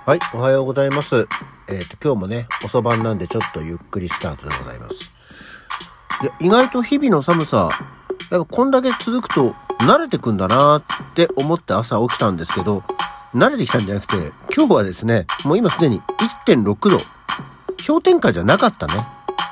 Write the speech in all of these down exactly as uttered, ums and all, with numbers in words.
はい、おはようございます。えっと、今日もね、遅番なんでちょっとゆっくりスタートでございます。いや、意外と日々の寒さ、やっぱこんだけ続くと慣れてくんだなって思って朝起きたんですけど、慣れてきたんじゃなくて、今日はですね、もう今すでに いってんろくど、氷点下じゃなかったね。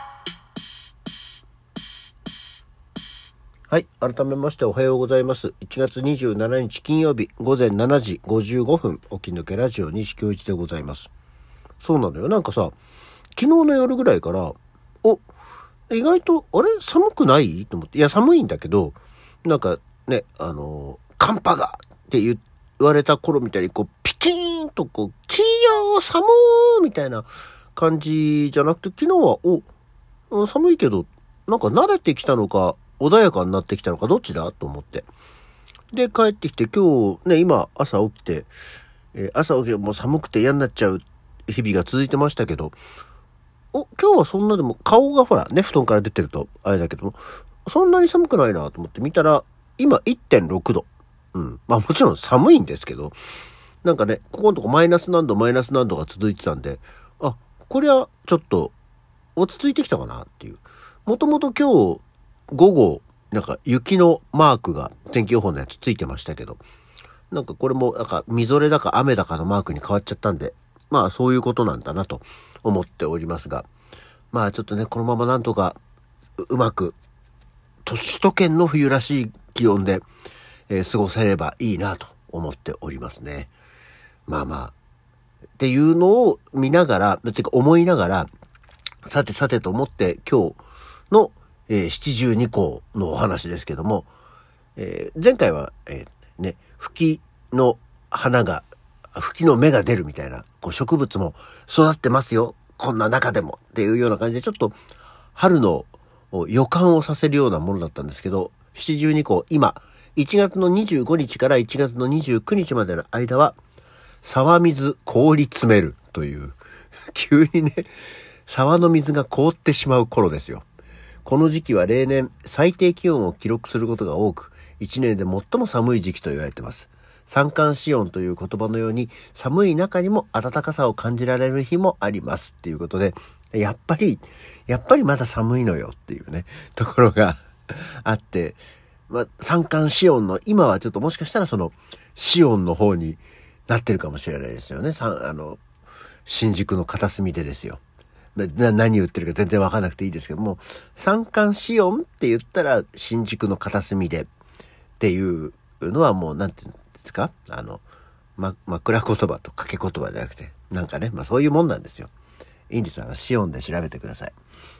はい。改めましておはようございます。いちがつにじゅうしちにち金曜日午前しちじごじゅうごふん、起き抜けラジオ西京一でございます。そうなのよ。なんかさ、昨日の夜ぐらいから、お、意外と、あれ寒くないと思って。いや、寒いんだけど、なんかね、あのー、寒波がって言われた頃みたいに、こう、ピキーンとこう、キーヨー寒ーみたいな感じじゃなくて、昨日は、お、寒いけど、なんか慣れてきたのか、穏やかになってきたのか、どっちだと思って。で、帰ってきて、今日ね、今、朝起きて、えー、朝起きてもう寒くて嫌になっちゃう日々が続いてましたけど、お、今日はそんなでも、顔がほらね、布団から出てると、あれだけども、そんなに寒くないなと思って見たら、今 いってんろくど。うん。まあもちろん寒いんですけど、なんかね、ここのとこマイナス何度、マイナス何度が続いてたんで、あ、これはちょっと落ち着いてきたかなっていう。もともと今日、午後、なんか雪のマークが天気予報のやつついてましたけど、なんかこれもなんかみぞれだか雨だかのマークに変わっちゃったんで、まあそういうことなんだなと思っておりますが、まあちょっとね、このままなんとか う, うまく首都圏の冬らしい気温で、えー、過ごせればいいなと思っておりますね。まあまあっていうのを見ながら、ていうか思いながら、さてさてと思って今日のえー、七十二候のお話ですけども、えー、前回は、えー、ね、吹きの花が、吹きの芽が出るみたいな、こう植物も育ってますよ、こんな中でもっていうような感じで、ちょっと春の予感をさせるようなものだったんですけど、七十二候、今、いちがつのにじゅうごにちからいちがつのにじゅうくにちまでの間は、沢水凍り詰めるという、急にね、沢の水が凍ってしまう頃ですよ。この時期は例年最低気温を記録することが多く、いちねんで最も寒い時期と言われています。三寒四温という言葉のように、寒い中にも暖かさを感じられる日もありますっていうことで、やっぱり、やっぱりまだ寒いのよっていうね、ところがあって、まあ、三寒四温の今はちょっともしかしたらその四温の方になってるかもしれないですよね。あの、新宿の片隅でですよ。な何言ってるか全然わかんなくていいですけども、三寒四温って言ったら新宿の片隅でっていうのはもうなんていうんですか、あの、ま、枕言葉と掛け言葉じゃなくて、なんかね、まあそういうもんなんですよ。いいんですよ。四温で調べてください。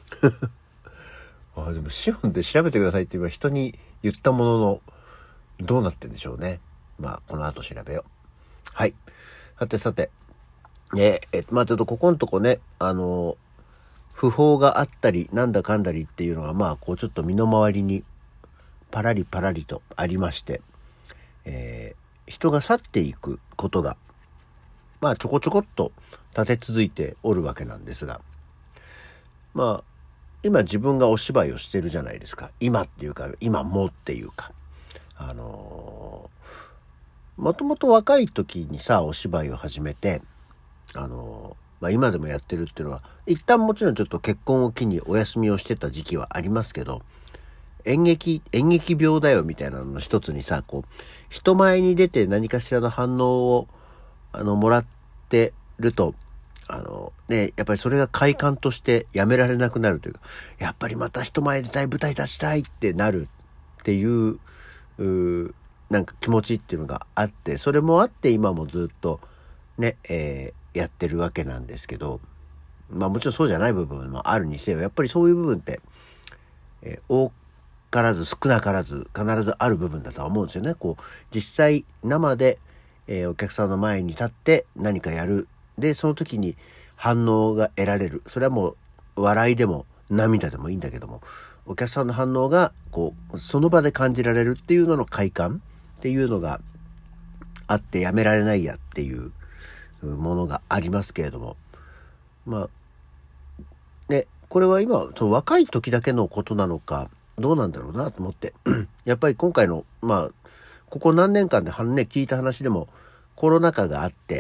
あ、でも四温で調べてくださいって今人に言ったものの、どうなってんでしょうね。まあこの後調べよう。はい。さてさて、ねえ、まあちょっとここのとこね、あの、不法があったり、なんだかんだりっていうのが、まあこうちょっと身の回りにパラリパラリとありまして、えー、人が去っていくことが、まあちょこちょこっと立て続いておるわけなんですが、まあ、今自分がお芝居をしてるじゃないですか。今っていうか、今もっていうか。あのー、もともと若い時にさ、お芝居を始めて、あのー、まあ今でもやってるっていうのは、一旦もちろんちょっと結婚を機にお休みをしてた時期はありますけど、演劇、演劇病だよみたいなのの一つにさ、こう、人前に出て何かしらの反応を、あの、もらってると、あの、ね、やっぱりそれが快感としてやめられなくなるというか、やっぱりまた人前で舞台立ちたいってなるっていう、うなんか気持ちっていうのがあって、それもあって今もずっとね、えー、やってるわけなんですけど、まあもちろんそうじゃない部分もあるにせよ、やっぱりそういう部分って、えー、多からず少なからず必ずある部分だとは思うんですよね。こう、実際生で、えー、お客さんの前に立って何かやる。で、その時に反応が得られる。それはもう笑いでも涙でもいいんだけども、お客さんの反応がこう、その場で感じられるっていうのの快感っていうのがあってやめられないやっていうものがありますけれども、まあね、これは今その若い時だけのことなのかどうなんだろうなと思ってやっぱり今回のまあここ何年間でね聞いた話でもコロナ禍があって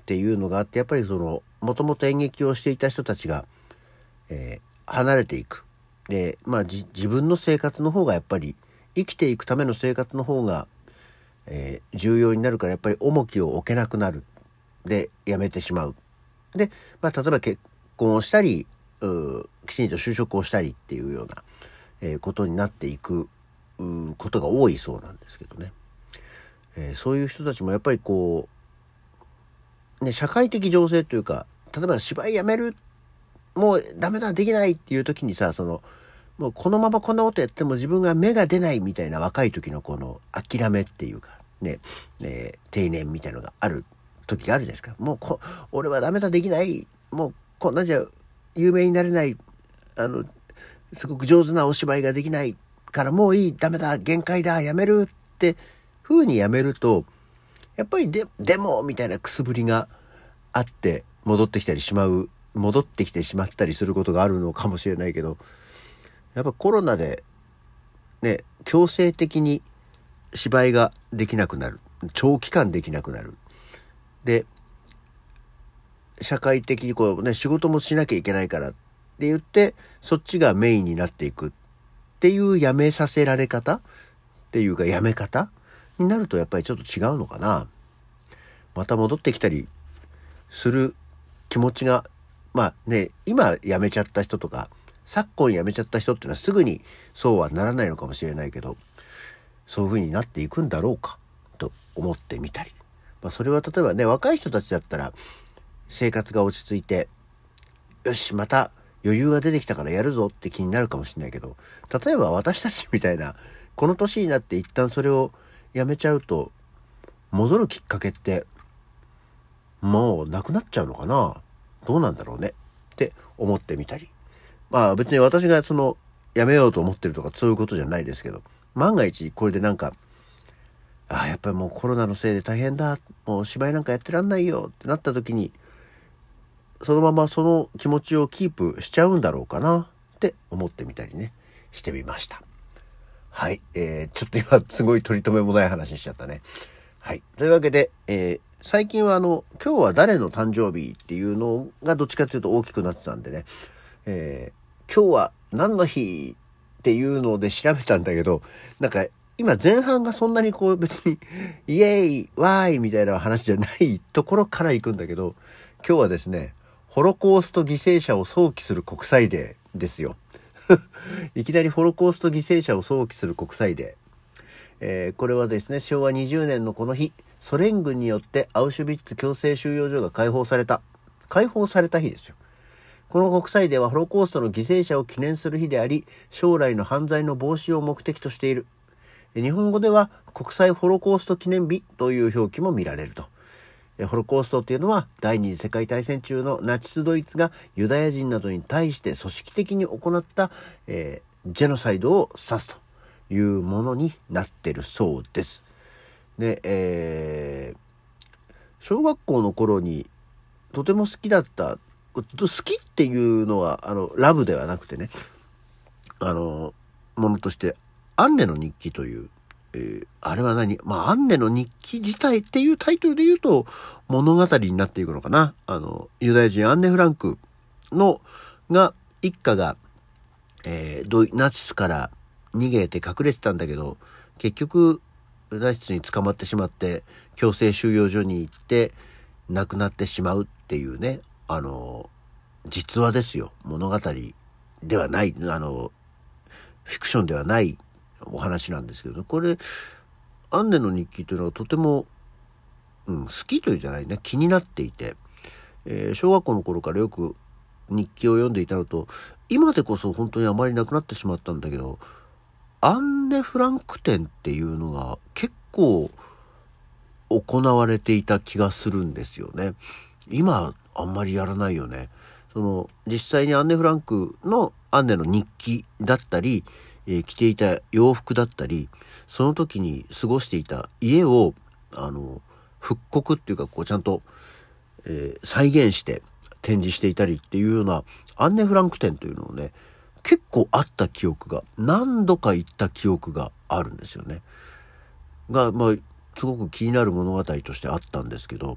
っていうのがあって、やっぱりそのもともと演劇をしていた人たちが、えー、離れていく。で、まあじ自分の生活の方がやっぱり生きていくための生活の方が、えー、重要になるから、やっぱり重きを置けなくなる。で辞めてしまう。で、まあ、例えば結婚をしたり、うきちんと就職をしたりっていうような、えー、ことになっていくうことが多いそうなんですけどね、えー、そういう人たちもやっぱりこう、ね、社会的情勢というか、例えば芝居やめる、もうダメだできないっていう時にさ、そのもうこのままこんなことやっても自分が芽が出ないみたいな若い時のこの諦めっていうかね、えー、定年みたいなのがある時があるじゃないですか。もうこ俺はダメだできない、もうこんなんじゃ有名になれない、あのすごく上手なお芝居ができないからもういい、ダメだ、限界だ、やめるって風にやめると、やっぱりででもみたいなくすぶりがあって戻ってきたりしまう戻ってきてしまったりすることがあるのかもしれないけど、やっぱコロナでね、強制的に芝居ができなくなる、長期間できなくなる。で、社会的にこうね、仕事もしなきゃいけないからって言って、そっちがメインになっていくっていうやめさせられ方っていうかやめ方になると、やっぱりちょっと違うのかな。また戻ってきたりする気持ちが、まあね、今やめちゃった人とか、昨今やめちゃった人っていうのはすぐにそうはならないのかもしれないけど、そういう風になっていくんだろうかと思ってみたり。まあ、それは例えばね、若い人たちだったら生活が落ち着いて、よしまた余裕が出てきたからやるぞって気になるかもしれないけど、例えば私たちみたいなこの年になって一旦それをやめちゃうと、戻るきっかけってもうなくなっちゃうのかな。どうなんだろうねって思ってみたり。まあ別に私がそのやめようと思ってるとかそういうことじゃないですけど、万が一これでなんか、ああやっぱりもうコロナのせいで大変だ、もう芝居なんかやってらんないよってなった時に、そのままその気持ちをキープしちゃうんだろうかなって思ってみたりね、してみました。はい、えー、ちょっと今すごい取り留めもない話しちゃったね。はい、というわけで、えー、最近はあの今日は誰の誕生日っていうのがどっちかというと大きくなってたんでね、えー、今日は何の日っていうので調べたんだけど、なんか今前半がそんなにこう別にイエーイワーイみたいな話じゃないところから行くんだけど、今日はですね、ホロコースト犠牲者を想起する国際デーですよ。いきなりホロコースト犠牲者を想起する国際デー、えー、これはですね、しょうわにじゅうねんのこの日、ソ連軍によってアウシュビッツ強制収容所が解放された解放された日ですよ。この国際デーはホロコーストの犠牲者を記念する日であり、将来の犯罪の防止を目的としている。日本語では国際ホロコースト記念日という表記も見られると。ホロコーストというのは第二次世界大戦中のナチスドイツがユダヤ人などに対して組織的に行った、えー、ジェノサイドを指すというものになっているそうです。で、えー、小学校の頃にとても好きだった、好きっていうのはあのラブではなくてね、あのものとしてアンネの日記という、えー、あれは何、まあアンネの日記自体っていうタイトルで言うと物語になっていくのかな。あのユダヤ人アンネ・フランクのが一家が、えー、ドイナチスから逃げて隠れてたんだけど、結局ナチスに捕まってしまって強制収容所に行って亡くなってしまうっていうね、あの実話ですよ。物語ではない、あのフィクションではないお話なんですけど、これアンネの日記というのはとても、うん、好きというじゃないね、気になっていて、えー、小学校の頃からよく日記を読んでいたのと、今でこそ本当にあまりなくなってしまったんだけど、アンネ・フランク展っていうのが結構行われていた気がするんですよね。今あんまりやらないよね。その実際にアンネ・フランクのアンネの日記だったり、えー、着ていた洋服だったり、その時に過ごしていた家をあの復刻っていうかこうちゃんと、えー、再現して展示していたりっていうようなアンネ・フランク展というのをね、結構あった記憶が、何度か行った記憶があるんですよね。がまあすごく気になる物語としてあったんですけど、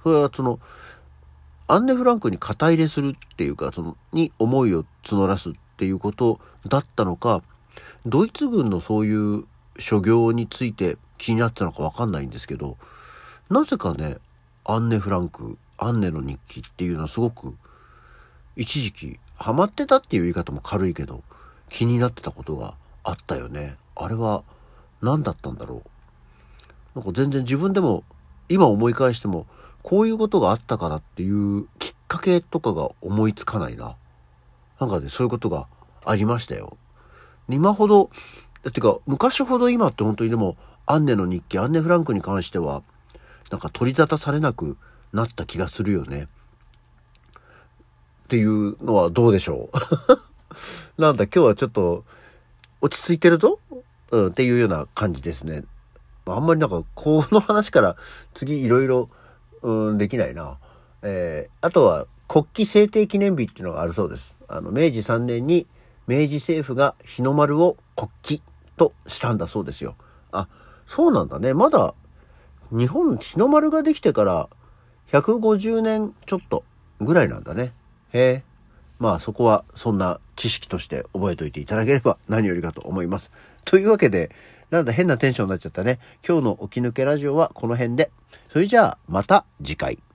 それはその、アンネ・フランクに肩入れするっていうか、その、に思いを募らすっていうことだったのか、ドイツ軍のそういう所業について気になってたのかわかんないんですけど、なぜかね、アンネ・フランク、アンネの日記っていうのはすごく、一時期、ハマってたっていう言い方も軽いけど、気になってたことがあったよね。あれは何だったんだろう。なんか全然自分でも、今思い返しても、こういうことがあったからっていうきっかけとかが思いつかないな。なんかね、そういうことがありましたよ。今ほど、てか昔ほど今って本当にでも、アンネの日記、アンネ・フランクに関しては、なんか取り沙汰されなくなった気がするよね。っていうのはどうでしょう。なんだ、今日はちょっと落ち着いてるぞ、うん、っていうような感じですね。あんまりなんか、この話から次いろいろ、うん、できないな。えー、あとは国旗制定記念日っていうのがあるそうです。あの、明治さんねんに明治政府が日の丸を国旗としたんだそうですよ。あ、そうなんだね。まだ日本日の丸ができてからひゃくごじゅうねんちょっとぐらいなんだね。へえ。まあそこはそんな知識として覚えておいていただければ何よりかと思います。というわけで、なんだ変なテンションになっちゃったね。今日の起き抜けラジオはこの辺で。それじゃあまた次回。